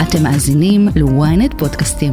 אתם מאזינים ל-ynet פודקאסטים.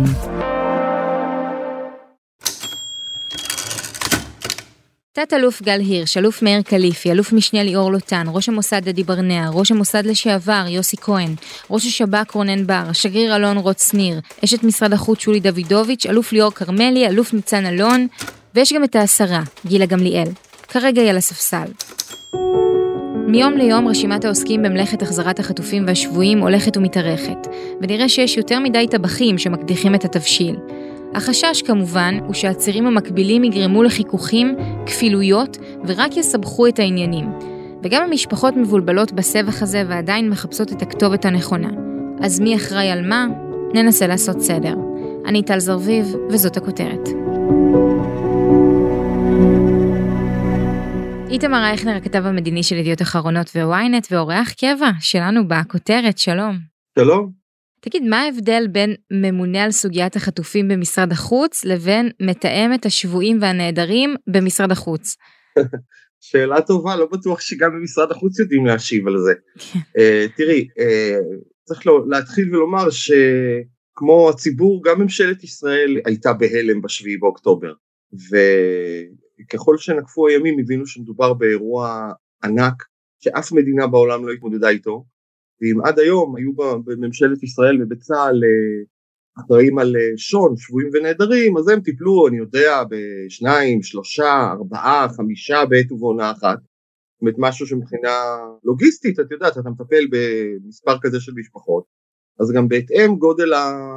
תת-אלוף גל הירש, אלוף מאיר קליפי, אלוף משנה ליאור לוטן, ראש המוסד דדי ברנע, ראש המוסד לשעבר יוסי כהן, ראש השב"כ רונן בר, שגריר אלון רוץ ניר, אשת משרד החוץ שולי דוידוביץ', אלוף ליאור קרמלי, אלוף ניצן אלון, ויש גם את השרה, גילה גמליאל. כרגע היא על הספסל. מיום ליום רשימת העוסקים במלאכת החזרת החטופים והשבויים הולכת ומתארכת, ונראה שיש יותר מדי טבחים שמקדיחים את התבשיל. החשש כמובן הוא שהצירים המקבילים יגרמו לחיכוכים, כפילויות ורק יסבכו את העניינים. וגם המשפחות מבולבלות בסבך הזה ועדיין מחפשות את הכתובת הנכונה. אז מי אחראי על מה? ננסה לעשות סדר. אני טל זרביב וזאת הכותרת. איתמר אייכלר, הכתב המדיני של ידיעות אחרונות ו-ynet ואורח קבע שלנו בכותרת. שלום. שלום. תגיד, מה ההבדל בין ממונה על סוגיית החטופים במשרד החוץ לבין מתאם את השבויים והנעדרים במשרד החוץ? שאלה טובה, לא בטוח שגם במשרד החוץ יודעים להשיב על זה. תראי, צריך להתחיל ולומר שכמו הציבור, גם ממשלת ישראל הייתה בהלם בשביעי באוקטובר, וככל שנקפו הימים הבינו שמדובר באירוע ענק, שאף מדינה בעולם לא התמודדה איתו, ואם עד היום היו בממשלת ישראל ובצה"ל אחראים על שון, שבויים ונעדרים, אז הם טיפלו, אני יודע, בשניים, שלושה, ארבעה, חמישה בעת ובעונה אחת. זאת אומרת, משהו שמבחינה לוגיסטית, את יודעת, אתה מטפל במספר כזה של משפחות, אז גם בהתאם גודל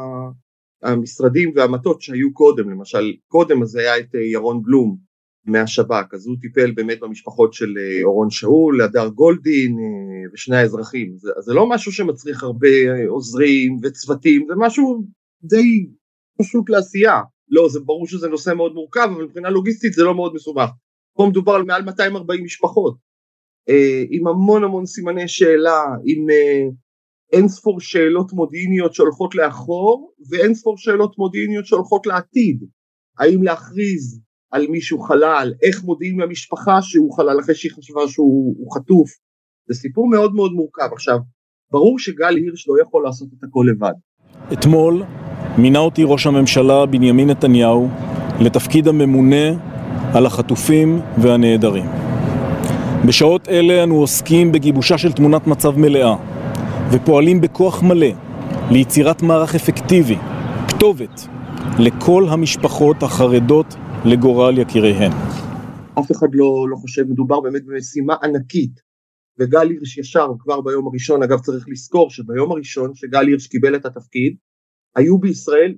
המשרדים והמטות שהיו קודם, למשל, קודם אז היה את ירון בלום, מהשב"כ, אז הוא טיפל באמת במשפחות של אורון שאול, הדר גולדין ושני האזרחים. זה לא משהו שמצריך הרבה עוזרים וצוותים, זה משהו די פשוט לעשייה. לא, זה ברור שזה נושא מאוד מורכב, אבל מבחינה לוגיסטית זה לא מאוד מסובך. פה מדובר על מעל 240 משפחות, עם המון המון סימני שאלה, עם אין ספור שאלות מודיעיניות שהולכות לאחור, ואין ספור שאלות מודיעיניות שהולכות לעתיד. האם להכריז על מישהו חלל, איך מודיעים למשפחה שהוא חלל אחרי שהיא חשבה שהוא חטוף. זה סיפור מאוד מאוד מורכב. עכשיו, ברור שגל הירש לא יכול לעשות את הכל לבד. אתמול מינה אותי ראש הממשלה בנימין נתניהו לתפקיד הממונה על החטופים והנעדרים. בשעות אלה אנו עוסקים בגיבושה של תמונת מצב מלאה, ופועלים בכוח מלא ליצירת מערך אפקטיבי, כתובת, לכל המשפחות החרדות לגורל יקיריהן. אף אחד לא חושב, מדובר באמת במשימה ענקית, וגל הירש ישר כבר ביום הראשון, אגב צריך לזכור שביום הראשון שגל הירש קיבל את התפקיד, היו בישראל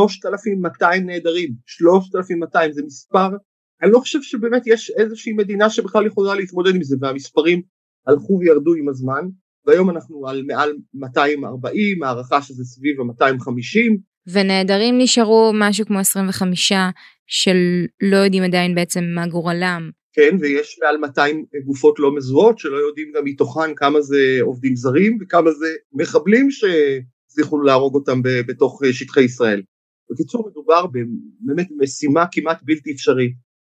3,200 נעדרים, 3,200, זה מספר, אני לא חושב שבאמת יש איזושהי מדינה שבכלל יכולה להתמודד עם זה, והמספרים הלכו וירדו עם הזמן, והיום אנחנו על מעל 240, הערכה שזה סביב ה-250, ונעדרים נשארו משהו כמו 25 של לא יודעים עדיין בעצם מה גורלם. כן, ויש מעל 200 גופות לא מזוהות, שלא יודעים גם מתוכן כמה זה עובדים זרים, וכמה זה מחבלים שצריכו להרוג אותם בתוך שטחי ישראל. בקיצור, מדובר באמת משימה כמעט בלתי אפשרית,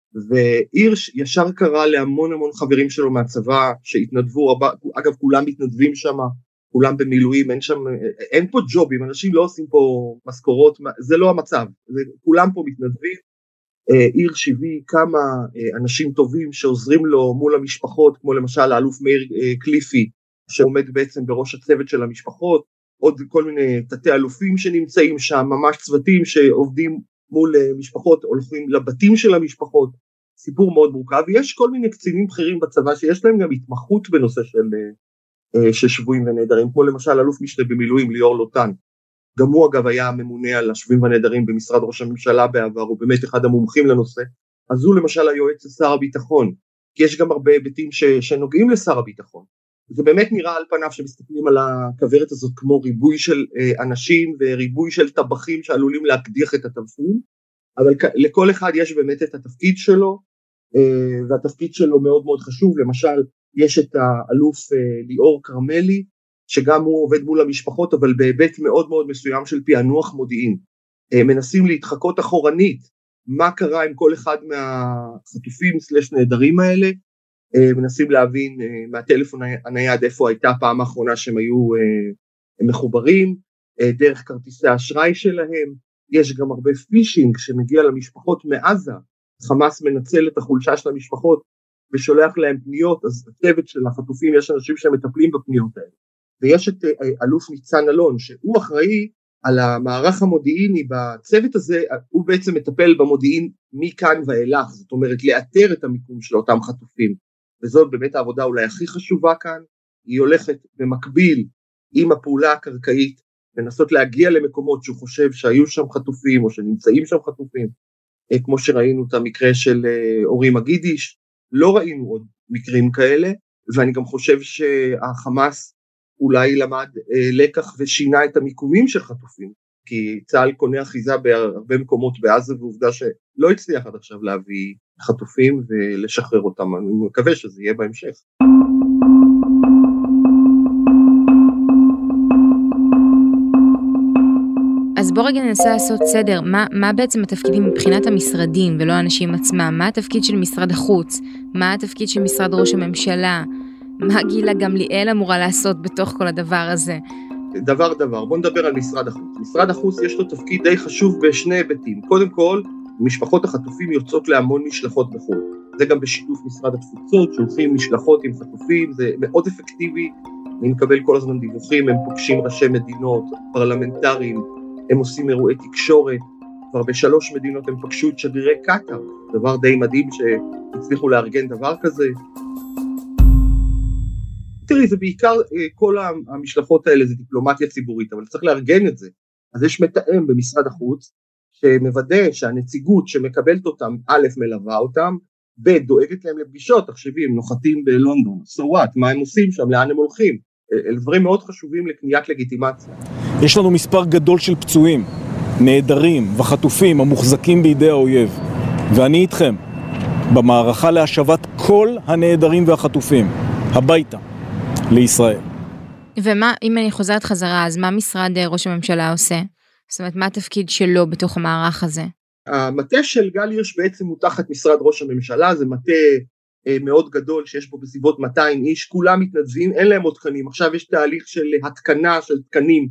והירש ישר קרא להמון המון חברים שלו מהצבא, שהתנדבו, אגב כולם מתנדבים שם, כולם במילואים, אין פה ג'ובים, אנשים לא עושים פה משכורות, זה לא המצב, כולם פה מתנדבים. הירש הביא כמה אנשים טובים שעוזרים לו מול המשפחות, כמו למשל האלוף מאיר קליפי, שעומד בעצם בראש הצוות של המשפחות, עוד כל מיני תתי אלופים שנמצאים שם, ממש צוותים שעובדים מול משפחות, הולכים לבתים של המשפחות, סיפור מאוד מורכב, ויש כל מיני קצינים בכירים בצבא שיש להם גם התמחות בנושא של שבויים ונעדרים, כמו למשל אלוף משנה במילואים ליאור לוטן, גם הוא אגב היה ממונה על השבויים והנעדרים במשרד ראש הממשלה בעבר, הוא באמת אחד המומחים לנושא, אז הוא למשל היועץ לשר הביטחון, כי יש גם הרבה היבטים שנוגעים לשר הביטחון, זה באמת נראה על פניו שמסתכלים על הכברת הזאת כמו ריבוי של אנשים וריבוי של טבחים שעלולים להקדיח את התבשיל, אבל לכל אחד יש באמת את התפקיד שלו, והתפקיד שלו מאוד מאוד חשוב, למשל יש את האלוף ליאור קרמלי, שגם הוא עובד מול המשפחות, אבל בהיבט מאוד מאוד מסוים של פענוח מודיעין, מנסים להתחקות אחורנית, מה קרה עם כל אחד מהחטופים סלש נעדרים האלה, מנסים להבין מהטלפון הנייד איפה הייתה פעם האחרונה שהם היו מחוברים, דרך כרטיסי האשראי שלהם, יש גם הרבה פישינג שמגיע למשפחות מעזה, חמאס מנצל את החולשה של המשפחות ושולח להם פניות, אז הצוות של החטופים יש אנשים שמטפלים בפניות האלה, ויש את אלוף ניצן אלון שהוא אחראי על המערך המודיעיני בצוות הזה, הוא בעצם מטפל במודיעין מכאן ואילך, זאת אומרת לאתר את המיקום של אותם חטופים, וזאת באמת העבודה אולי הכי חשובה כאן, היא הולכת במקביל עם הפעולה הקרקעית, לנסות להגיע למקומות שהוא חושב שהיו שם חטופים או שנמצאים שם חטופים, כמו שראינו את המקרה של אורי מגידיש, לא ראינו עוד מקרים כאלה, ואני גם חושב שהחמאס אולי למד לקח ושינה את המיקומים של חטופים, כי צה"ל קונה אחיזה בהרבה מקומות בעזה, ועובדה שלא הצליח עד עכשיו להביא חטופים ולשחרר אותם, אני מקווה שזה יהיה בהמשך. אז בוא רגע ננסה לעשות סדר, מה בעצם התפקידים מבחינת המשרדים ולא האנשים עצמם, מה התפקיד של משרד החוץ, מה התפקיד של משרד ראש הממשלה, מה גילה גמליאל אמורה לעשות בתוך כל הדבר הזה? דבר, בוא נדבר על משרד החוץ. משרד החוץ יש לו תפקיד די חשוב בשני היבטים. קודם כל, משפחות החטופים יוצאות להמון משלחות בחו"ל. זה גם בשיתוף משרד התפוצות, שולחים משלחות עם חטופים, זה מאוד אפקטיבי. אני מקבל כל הזמן דיווחים, הם פוגשים ראשי מדינות, פרלמנטרים, הם עושים אירועי תקשורת, כבר ב3 מדינות הם פגשו את שגרירי קטר, דבר די מדהים שהצליחו לארגן דבר כזה. תראי, זה בעיקר, כל המשלחות האלה זה דיפלומטיה ציבורית, אבל צריך לארגן את זה. אז יש מתאם במשרד החוץ, שמוודא שהנציגות שמקבלת אותם, א' מלווה אותם, ב' דואגת להם לפגישות, תחשבי, הם נוחתים בלונדון, so what, מה הם עושים שם, לאן הם הולכים? אלה דברים מאוד חשובים לקניית לגיטימציה. יש לנו מספר גדול של פצועים, נעדרים וחטופים המוחזקים בידי האויב, ואני איתכם, במערכה להשבת כל הנעדרים והחטופים, הביתה, לישראל. ומה, אם אני חוזרת חזרה, אז מה משרד ראש הממשלה עושה? זאת אומרת, מה התפקיד שלו בתוך המערך הזה? המטה של גל הירש בעצם הוא תחת משרד ראש הממשלה, זה מטה מאוד גדול שיש בו בסביבות 200 איש, כולם מתנדבים, אין להם עוד תקנים, עכשיו יש תהליך של התקנה של תקנים,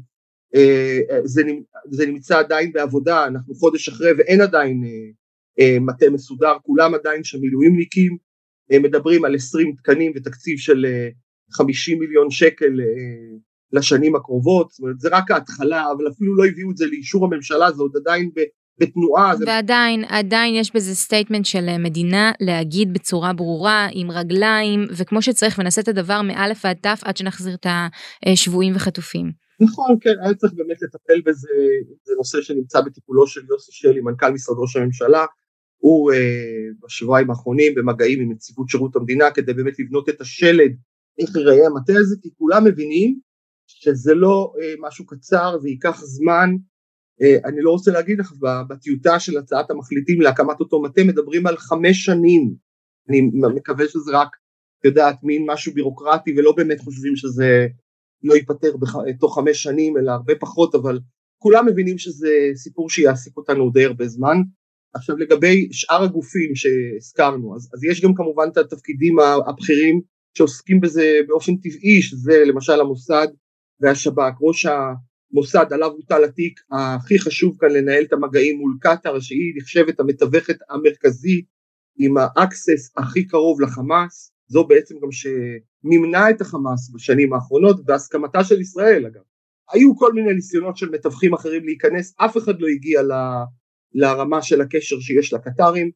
זה נמצא עדיין בעבודה, אנחנו חודש אחרי ואין עדיין מטה מסודר, כולם עדיין שמילואימניקים, מדברים על 20 תקנים ותקציב של 50 מיליון שקל לשנים הקרובות, זאת אומרת, זה רק ההתחלה, אבל אפילו לא הביאו את זה לאישור הממשלה, זה עוד עדיין בתנועה. ועדיין יש בזה סטייטמנט של מדינה להגיד בצורה ברורה, עם רגליים, וכמו שצריך, ונעשה את הדבר מאלף ועד תף, עד שנחזיר את השבויים וחטופים. נכון, כן, היה צריך באמת לטפל בזה, זה נושא שנמצא בטיפולו של יוסי שלי, מנכ"ל משרד ראש הממשלה, הוא בשבועיים האחרונים במגעים עם נציבות שירות המדינה, כדי באמת לבנות את השלד, איך יראה המטה הזה, כי כולם מבינים שזה לא משהו קצר, זה ייקח זמן, אני לא רוצה להגיד לך, בטיוטה של הצעת המחליטים להקמת אותו מטה, מדברים על 5 שנים, אני מקווה שזה רק, יודעת, מין משהו בירוקרטי, ולא באמת חושבים שזה לא ייפטר תוך 5 שנים, אלא הרבה פחות, אבל כולם מבינים שזה סיפור שיעסיק אותנו די הרבה זמן. עכשיו לגבי שאר הגופים שהזכרנו, אז יש גם כמובן את התפקידים הבכירים, שעוסקים בזה באופן טבעי, שזה למשל המוסד והשב"כ, ראש המוסד עליו הוטל התיק, הכי חשוב כאן לנהל את המגעים מול קטר, שהיא נחשבת המתווכת המרכזית, עם האקסס הכי קרוב לחמאס, זו בעצם גם שממנה את החמאס בשנים האחרונות, בהסכמתה של ישראל אגב. היו כל מיני ניסיונות של מתווכים אחרים להיכנס, אף אחד לא הגיע לרמה של הקשר שיש לקטרים,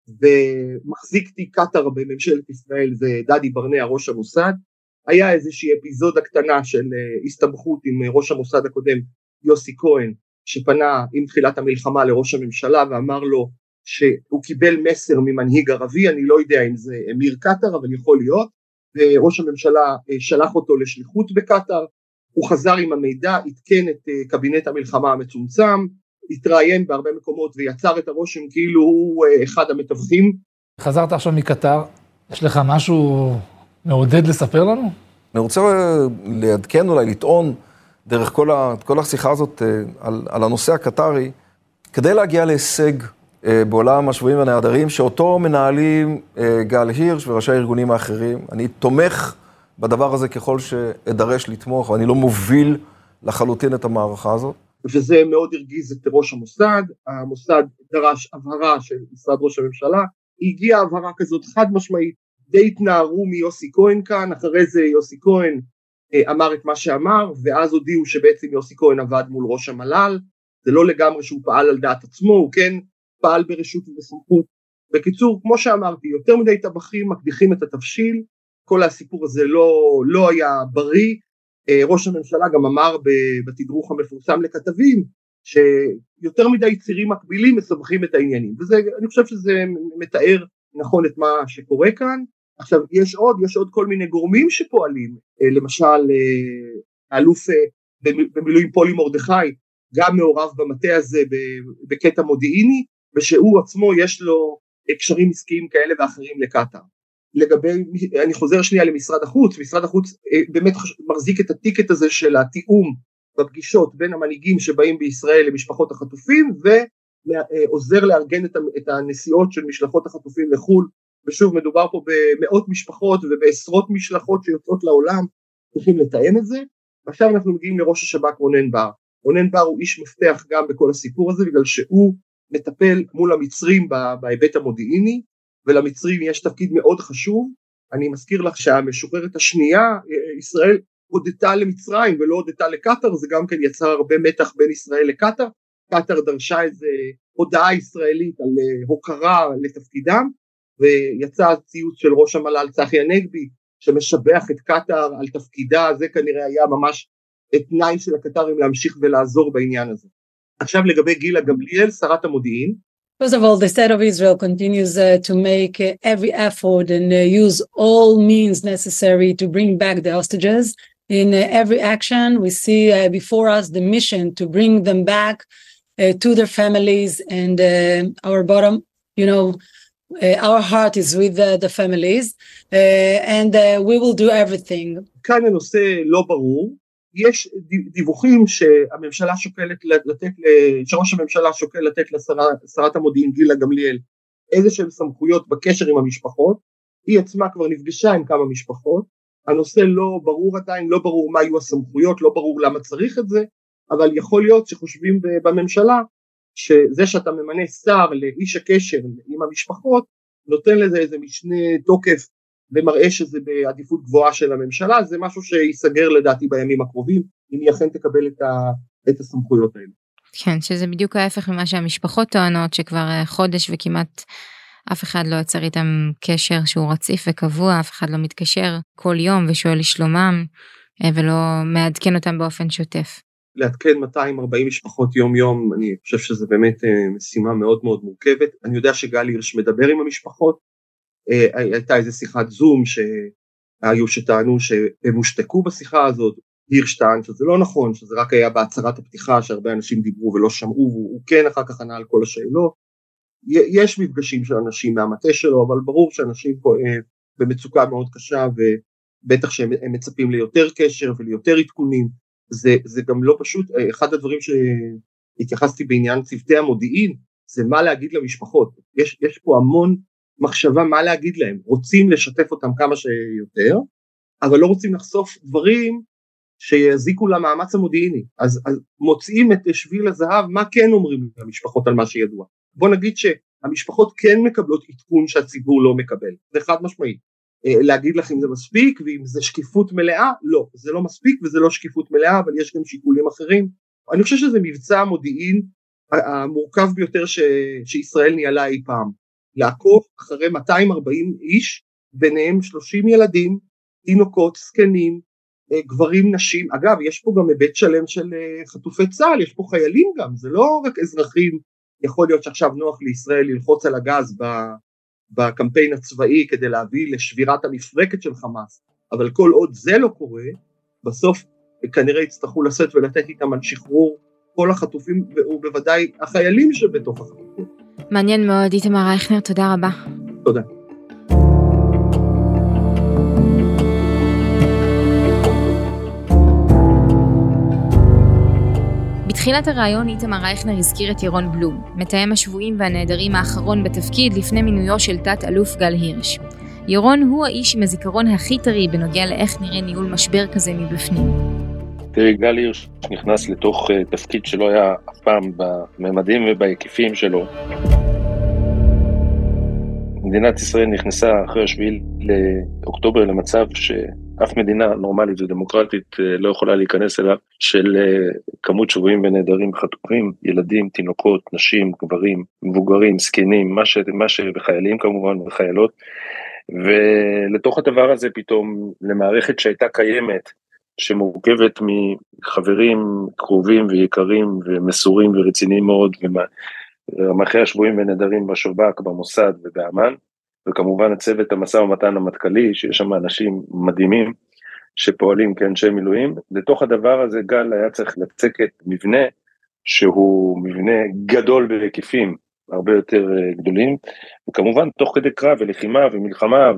ומחזיק תיק קטר בממשלת ישראל זה דדי ברנע, ראש המוסד, היה איזושהי אפיזודה קטנה של הסתבכות עם ראש המוסד הקודם יוסי כהן, שפנה עם תחילת המלחמה לראש הממשלה ואמר לו שהוא קיבל מסר ממנהיג ערבי, אני לא יודע אם זה אמיר קטר אבל יכול להיות, וראש הממשלה שלח אותו לשליחות בקטר, הוא חזר עם המידע, התקן את קבינט המלחמה המצומצם, התראיין בהרבה מקומות ויצר את הרושם כאילו הוא אחד המתווכים. חזרת עכשיו מקטר, יש לך משהו מעודד לספר לנו? אני רוצה לעדכן אולי, לטעון דרך כל השיחה הזאת על הנושא הקטרי, כדי להגיע להישג בעולם השבויים והנעדרים, שאותו מנהלים גל הירש וראשי הארגונים האחרים. אני תומך בדבר הזה ככל שאדרש לתמוך, ואני לא מוביל לחלוטין את המערכה הזאת. וזה מאוד הרגיז את ראש המוסד. המוסד דרש הבהרה של משרד ראש הממשלה, הגיעה הבהרה כזאת חד משמעית, די התנערו מיוסי כהן כאן, אחרי זה יוסי כהן אמר את מה שאמר, ואז הודיעו שבעצם יוסי כהן עבד מול ראש המל"ל, זה לא לגמרי שהוא פעל על דעת עצמו, הוא כן פעל ברשות ובסמכות. בקיצור, כמו שאמרתי, יותר מדי טבחים מקדיחים את התבשיל, כל הסיפור הזה לא היה בריא. ראש הממשלה גם אמר בתדרוך המפורסם לכתבים, שיותר מדי צירים מקבילים מסבכים את העניינים, ואני חושב שזה מתאר נכון את מה שקורה כאן. עכשיו יש עוד כל מיני גורמים שפועלים, למשל האלוף במילואים פולי מרדכי, גם מעורב במטה הזה בקטע מודיעיני, ושהוא עצמו יש לו קשרים עסקיים כאלה ואחרים לקטר. לגבי, אני חוזר שנייה למשרד החוץ, משרד החוץ באמת מחזיק את הטיקט הזה של התיאום בפגישות בין המנהיגים שבאים בישראל למשפחות החטופים, ועוזר לארגן את הנסיעות של משלחות החטופים לחול, ושוב מדובר פה במאות משפחות ובעשרות משלחות שיוצאות לעולם, צריכים לתאם את זה. ועכשיו אנחנו מגיעים לראש השב"כ רונן בר. רונן בר הוא איש מפתח גם בכל הסיפור הזה, בגלל שהוא מטפל מול המצרים בהיבט המודיעיני, ולמצרים יש תפקיד מאוד חשוב. אני מזכיר לך שהמשוחררת השנייה, ישראל הודתה למצרים ולא הודתה לקטר, זה גם כן יצר הרבה מתח בין ישראל לקטר. קטר דרשה איזו הודעה ישראלית על הוקרה לתפקידם, ויצא ציוץ של ראש המל"ל צחי הנגבי, שמשבח את קטר על תפקידה, זה כנראה היה ממש תנאי של הקטרים להמשיך ולעזור בעניין הזה. עכשיו לגבי גילה גמליאל, שרת המודיעין. First of all, the state of Israel continues to make every effort and use all means necessary to bring back the hostages. In every action, we see before us the mission to bring them back to their families, and our bottom, our heart is with the families, and we will do everything. כאן הנושא לא ברור. יש דיווחים שהממשלה שוקלת שראש הממשלה שוקל לתת לשרת המודיעין גילה גמליאל איזה שהן סמכויות בקשר עם המשפחות. היא עצמה כבר נפגשה עם כמה משפחות, הנושא לא ברור עדיין, לא ברור מה יהיו הסמכויות, לא ברור למה צריך את זה, אבל יכול להיות שחושבים בממשלה שזה שאתה ממנה שר לאיש הקשר עם המשפחות, נותן לזה איזה משנה תוקף ומראה שזה בעדיפות גבוהה של הממשלה. זה משהו שיסגר לדעתי בימים הקרובים, אם היא אכן תקבל את הסמכויות האלה. כן, שזה בדיוק ההפך ממה שהמשפחות טוענות, שכבר חודש וכמעט אף אחד לא יוצר איתם קשר שהוא רציף וקבוע, אף אחד לא מתקשר כל יום ושואל לשלומם, ולא מעדכן אותם באופן שוטף. לעדכן 240 משפחות יום יום, אני חושב שזה באמת משימה מאוד מאוד מורכבת. אני יודע שגל הירש מדבר עם המשפחות, הייתה איזו שיחת זום שהיו שטענו שהם הושתקו בשיחה הזאת, הירש טען שזה לא נכון, שזה רק היה בהצהרת הפתיחה שהרבה אנשים דיברו ולא שמעו, והוא כן אחר כך ענה על כל השאלות. יש מפגשים של אנשים מהמטה שלו, אבל ברור שאנשים פה במצוקה מאוד קשה, ובטח שהם מצפים ליותר קשר וליותר עדכונים. זה גם לא פשוט. אחד הדברים שהתייחסתי בעניין צוותי המודיעין, זה מה להגיד למשפחות. יש פה המון מחשבה מה להגיד להם, רוצים לשתף אותם כמה שיותר, אבל לא רוצים לחשוף דברים שיזיקו למאמץ המודיעיני, אז מוצאים את שביל הזהב, מה כן אומרים למשפחות על מה שידוע. בוא נגיד שהמשפחות כן מקבלות עדכון שהציבור לא מקבל, זה חד משמעי. להגיד לך אם זה מספיק, ואם זה שקיפות מלאה, לא, זה לא מספיק וזה לא שקיפות מלאה, אבל יש גם שיקולים אחרים. אני חושב שזה מבצע המודיעין המורכב ביותר שישראל ניהלה אי פעם. לעקוב אחרי 240 איש, ביניהם 30 ילדים, תינוקות, זקנים, גברים, נשים. אגב, יש פה גם היבט שלם של חטופי צה"ל, יש פה חיילים גם, זה לא רק אזרחים. יכול להיות שעכשיו נוח לישראל ללחוץ על הגז בקמפיין הצבאי כדי להביא לשבירת המפרקת של חמאס, אבל כל עוד זה לא קורה, בסוף כנראה יצטרכו לשאת ולתת איתם על שחרור כל החטופים, ובוודאי החיילים שבתוך החטופים. מעניין מאוד, איתמר רייכנר, תודה רבה. תודה. בתחילת הרעיון איתמר רייכנר הזכיר את ירון בלום, מתאם השבויים והנעדרים האחרון בתפקיד לפני מינויו של תת אלוף גל הירש. ירון הוא האיש עם הזיכרון הכי טרי בנוגע לאיך נראה ניהול משבר כזה מבפנים. תראי, גל הירש נכנס לתוך תפקיד שלא היה אף פעם בממדים ובהיקפים שלו. מדינת ישראל נכנסה אחרי 7 לאוקטובר למצב שאף מדינה נורמלית ודמוקרטית לא יכולה להיכנס אליו, של כמות שבויים ונעדרים חטופים, ילדים, תינוקות, נשים, גברים, מבוגרים, זקנים, מה שחיילים כמובן וחיילות, ולתוך הדבר הזה פתאום למערכת שהייתה קיימת, שמורכבת מחברים קרובים ויקרים ומסורים ורציניים מאוד, ומאחרי השבויים ונעדרים בשב"כ, במוסד ובאמ"ן, וכמובן הצוות המשא ומתן המטכ"לי, שיש שם אנשים מדהימים שפועלים כאנשי מילואים. לתוך הדבר הזה גל היה צריך לצקת מבנה שהוא מבנה גדול בהיקפים, הרבה יותר גדולים, וכמובן תוך כדי קרב ולחימה ומלחמה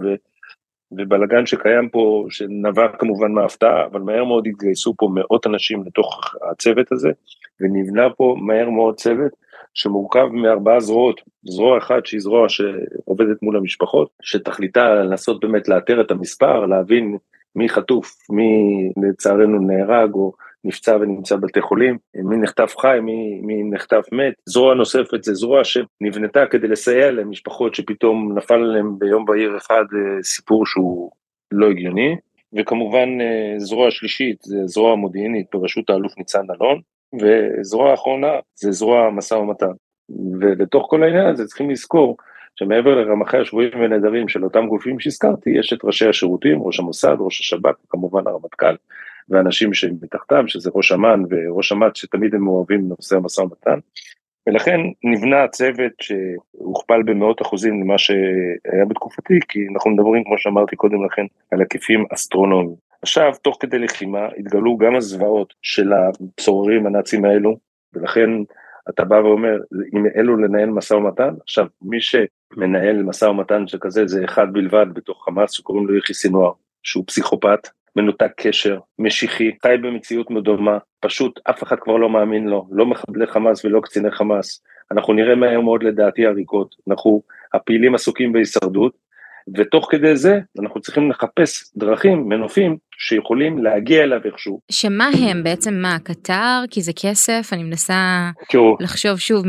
ובלגן שקיים פה, שנבע כמובן מההפתעה, אבל מהר מאוד התגייסו פה מאות אנשים לתוך הצוות הזה, ונבנה פה מהר מאוד צוות שמורכב מ4 זרועות, זרוע אחת שהיא זרוע שעובדת מול המשפחות, שתכליתה לנסות באמת לאתר את המספר, להבין מי חטוף, מי לצערנו נהרג או נפצע ונמצא בבתי חולים, מי נחטף חי, מי נחטף מת. זרוע נוספת זה זרוע שנבנתה כדי לסייע למשפחות שפתאום נפל עליהם ביום בהיר אחד סיפור שהוא לא הגיוני, וכמובן זרוע שלישית זה זרוע מודיעינית בראשות האלוף ניצן אלון, וזרוע האחרונה זה זרוע המשא ומתן. ולתוך כל העניין הזה צריכים לזכור שמעבר לרמחי השבויים ונעדרים של אותם גופים שהזכרתי, יש את ראשי השירותים, ראש המוסד, ראש השב"כ, וכמובן הרמטכ"ל, ואנשים שמתחתם, שזה ראש אמ"ן וראש אמ"ץ, שתמיד הם אוהבים לנושא המשא ומתן, ולכן נבנה הצוות שהוכפל במאות אחוזים למה שהיה בתקופתי, כי אנחנו מדברים, כמו שאמרתי קודם לכן, על היקפים אסטרונומיים. עכשיו, תוך כדי לחימה, התגלו גם הזוועות של הצוררים הנאצים האלו, ולכן אתה בא ואומר, אם אלו לנהל משא ומתן, עכשיו, מי שמנהל משא ומתן שכזה, זה אחד בלבד בתוך חמאס, שקוראים לו יחיא סינואר, שהוא פסיכופת, מנותק קשר, משיחי, חי במציאות מדומה, פשוט אף אחד כבר לא מאמין לו, לא מחבלי חמאס ולא קציני חמאס, אנחנו נראה מהר מאוד לדעתי הריקות, הפעילים עסוקים בהישרדות, ותוך כדי זה אנחנו צריכים לחפש דרכים, מנופים, שיכולים להגיע אליו איכשהו. שמה הם בעצם מה? קטר? כי זה כסף? אני מנסה לחשוב שוב.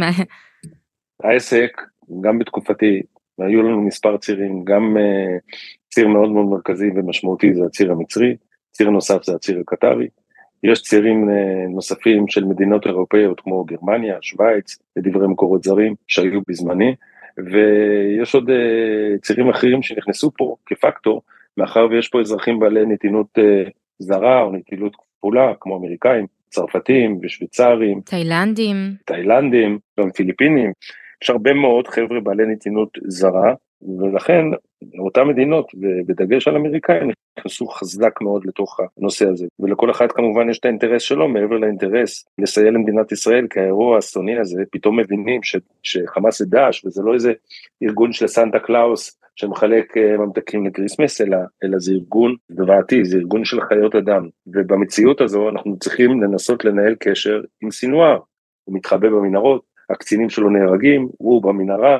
העסק, גם בתקופתי, היו לנו מספר צירים, גם ציר מאוד מאוד מרכזי ומשמעותי זה הציר המצרי, ציר נוסף זה הציר הקטרי, יש צירים נוספים של מדינות אירופאיות כמו גרמניה, שוויץ, לדברי מקורות זרים שהיו בזמני, ויש עוד צירים אחרים שנכנסו פה כפקטור, מאחר ויש פה אזרחים בעלי נתינות זרה או נתינות כפולה, כמו אמריקאים, צרפתים ושוויצרים, תאילנדים, גם פיליפינים, יש הרבה מאוד חבר'ה בעלי נתינות זרה, ולכן אותן מדינות, ובדגש על אמריקאים, נכנסו חזק מאוד לתוך הנושא הזה, ולכל אחד כמובן יש את האינטרס שלו, מעבר לאינטרס לסייע למדינת ישראל, כי האירוע האסוני הזה, פתאום מבינים שחמאס זה דאעש, וזה לא איזה ארגון של סנטה קלאוס, שמחלק ממתקים לקריסמס, אלא זה ארגון דברתי, זה ארגון של חיות אדם, ובמציאות הזו אנחנו צריכים לנסות לנהל קשר עם סינואר, הוא מתחבא במנהרות, הקצינים שלו נהרגים, הוא במנהרה,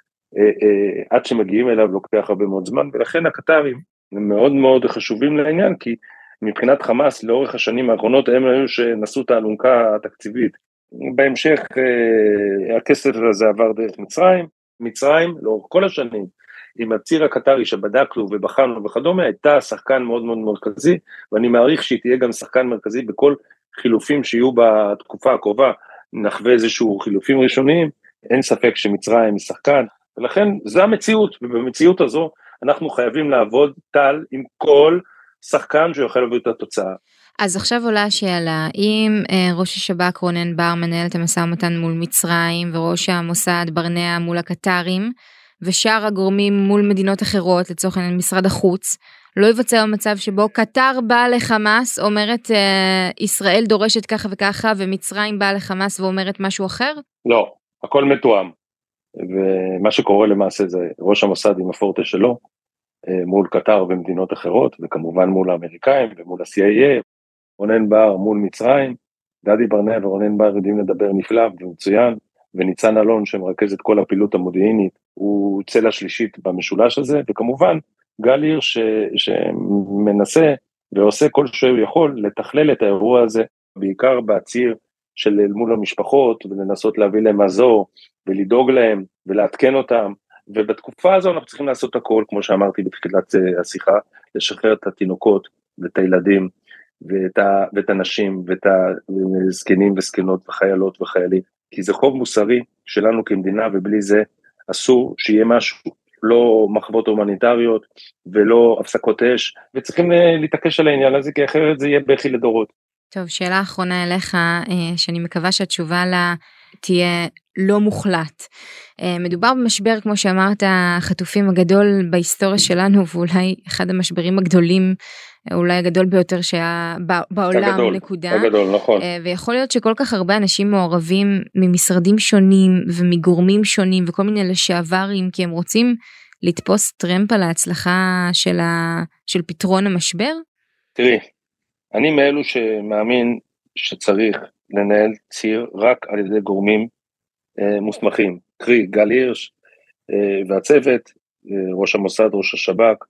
עד שמגיעים אליו לוקח הרבה מאוד זמן, ולכן הקטרים הם מאוד מאוד חשובים לעניין, כי מבחינת חמאס לאורך השנים האחרונות הם היו שנשאו את האלונקה התקציבית. בהמשך הכסף הזה עבר דרך מצרים לאורך כל השנים, עם הציר הקטרי שבדקנו ובחנו וכדומה, הייתה שחקן מאוד מאוד מרכזי, ואני מעריך שהיא תהיה גם שחקן מרכזי בכל חילופים שיהיו בתקופה הקרובה, נחווה איזשהו חילופים ראשוניים, אין ספק שמצרים היא שחקן, ולכן זה המציאות, ובמציאות הזו אנחנו חייבים לעבוד טל עם כל שחקן שיוכל להביא את התוצאה. אז עכשיו עולה השאלה, אם ראש השב"כ רונן בר מנהל את המשא ומתן מול מצרים, וראש המוסד ברנע מול הקטרים, ושאר הגורמים מול מדינות אחרות, לצורך העניין משרד החוץ, לא ייווצר מצב שבו קטר בא לחמאס, אומרת ישראל דורשת ככה וככה, ומצרים בא לחמאס ואומרת משהו אחר? לא, הכל מתואם. ומה שקורה למעשה זה ראש המוסד עם הפורטה שלו, מול קטר ומדינות אחרות, וכמובן מול האמריקאים ומול ה-CIA, רונן בר מול מצרים, דדי ברנע ורונן בר יודעים לדבר נפלא ומצוין, וניצן אלון שמרכז את כל הפעילות המודיעינית, הוא צלע שלישית במשולש הזה, וכמובן גל הירש שמנסה ועושה כל שהוא יכול לתכלל את האירוע הזה, בעיקר בציר של מול המשפחות, ולנסות להביא להם מזור, ולדאוג להם, ולעדכן אותם, ובתקופה הזו אנחנו צריכים לעשות הכל, כמו שאמרתי בתחילת השיחה, לשחרר את התינוקות, ואת הילדים, ואת הנשים, ואת הזקנים וזקנות, וחיילות וחיילים, כי זה חוב מוסרי שלנו כמדינה, ובלי זה אסור שיהיה משהו, לא מחוות הומניטריות, ולא הפסקות אש, וצריכים להתעקש על העניין הזה, כי אחרת זה יהיה בכי לדורות. טוב, שאלה אחרונה אליך, שאני מקווה שהתשובה לה תהיה לא מוחלט. מדובר במשבר, כמו שאמרת, החטופים הגדול בהיסטוריה שלנו, ואולי אחד המשברים הגדולים, אולי הגדול ביותר שהיה בעולם, הגדול, נקודה. הגדול, נכון. ויכול להיות שכל כך הרבה אנשים מעורבים ממשרדים שונים, ומגורמים שונים, וכל מיני לשעברים, כי הם רוצים לתפוס טרמפ על ההצלחה של פתרון המשבר? תראי, אני מאלו שמאמין שצריך לנהל ציר רק על ידי גורמים מוסמכים, קרי גל הירש והצוות, ראש המוסד, ראש השב"כ,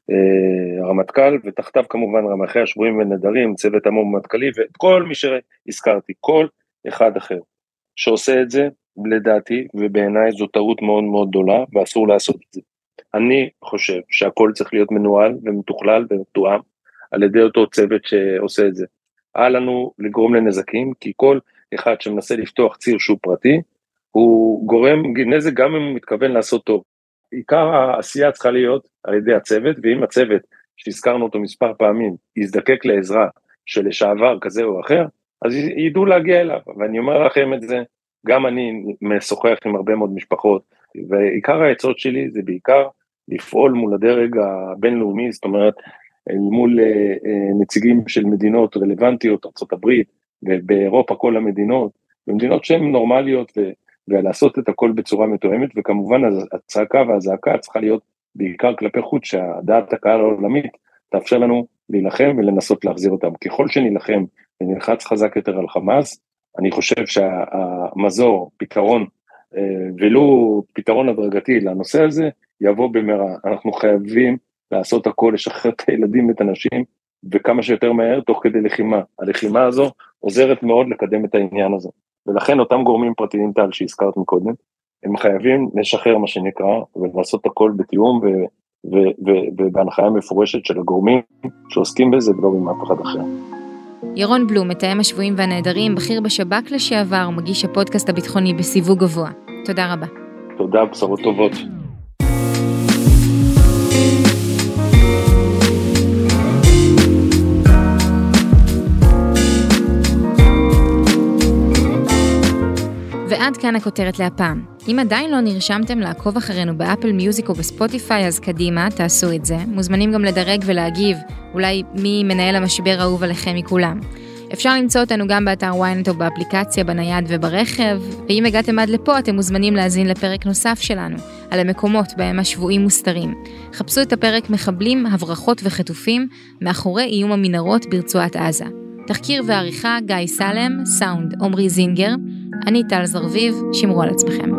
הרמטכ"ל, ותחתיו כמובן רמ"חי השבויים ונעדרים, צוות המטכ"לי, ואת כל מי שהזכרתי, כל אחד אחר שעושה את זה, לדעתי, ובעיניי זו טעות מאוד מאוד גדולה, ואסור לעשות את זה. אני חושב שהכל צריך להיות מנוהל ומתוכלל ומתואם, על ידי אותו צוות שעושה את זה. היה לנו לגרום לנזקים, כי כל אחד שמנסה לפתוח ציר שהוא פרטי, הוא גורם נזק גם אם הוא מתכוון לעשות טוב. עיקר העשייה צריכה להיות על ידי הצוות, ואם הצוות, שהזכרנו אותו מספר פעמים, יזדקק לעזרה של לשעבר כזה או אחר, אז ידעו להגיע אליו. ואני אומר לכם את זה, גם אני משוחח עם הרבה מאוד משפחות, ועיקר העצות שלי זה בעיקר לפעול מול הדרג הבינלאומי, זאת אומרת, מול נציגים של מדינות רלוונטיות, ארצות הברית, ובאירופה כל המדינות, במדינות שהן נורמליות, ולעשות את הכל בצורה מתואמת, וכמובן הצעקה והזעקה צריכה להיות בעיקר כלפי חוץ, שהדעת הקהל העולמית תאפשר לנו להילחם ולנסות להחזיר אותם. ככל שנילחם ונלחץ חזק יותר על חמאס, אני חושב שהמזור, פתרון, ולו פתרון הדרגתי לנושא הזה, יבוא במהרה. אנחנו חייבים לעשות הכל, לשחרר את הילדים ואת הנשים, וכמה שיותר מהר תוך כדי לחימה. הלחימה הזו עוזרת מאוד לקדם את העניין הזה. ולכן אותם גורמים פרטיים טל שהזכרת מקודם, הם חייבים לשחרר מה שנקרא, ולעשות הכל בתיאום ובהנחיה מפורשת של הגורמים שעוסקים בזה, ולא עם אף אחד אחר. ירון בלום, מתאם השבויים והנעדרים, בכיר בשב"כ לשעבר, מגיש הפודקאסט הביטחוני בסיווג גבוה. תודה רבה. תודה, בשורות טובות. ועד כאן הכותרת להפעם. אם עדיין לא נרשמתם לעקוב אחרינו באפל מיוזיק או בספוטיפיי, אז קדימה, תעשו את זה. מוזמנים גם לדרג ולהגיב, אולי מי מנהל המשבר האהוב עליכם מכולם. אפשר למצוא אותנו גם באתר ynet או באפליקציה, בנייד וברכב, ואם הגעתם עד לפה, אתם מוזמנים להזין לפרק נוסף שלנו, על המקומות בהם השבויים מוסתרים. חפשו את הפרק מחבלים, הברחות וחטופים, מאחורי איום המנהרות ברצועת עזה. תחקיר ועריכה, גיא סלם, סאונד, עומרי זינגר, אני טל זרביב, שמרו על עצמכם.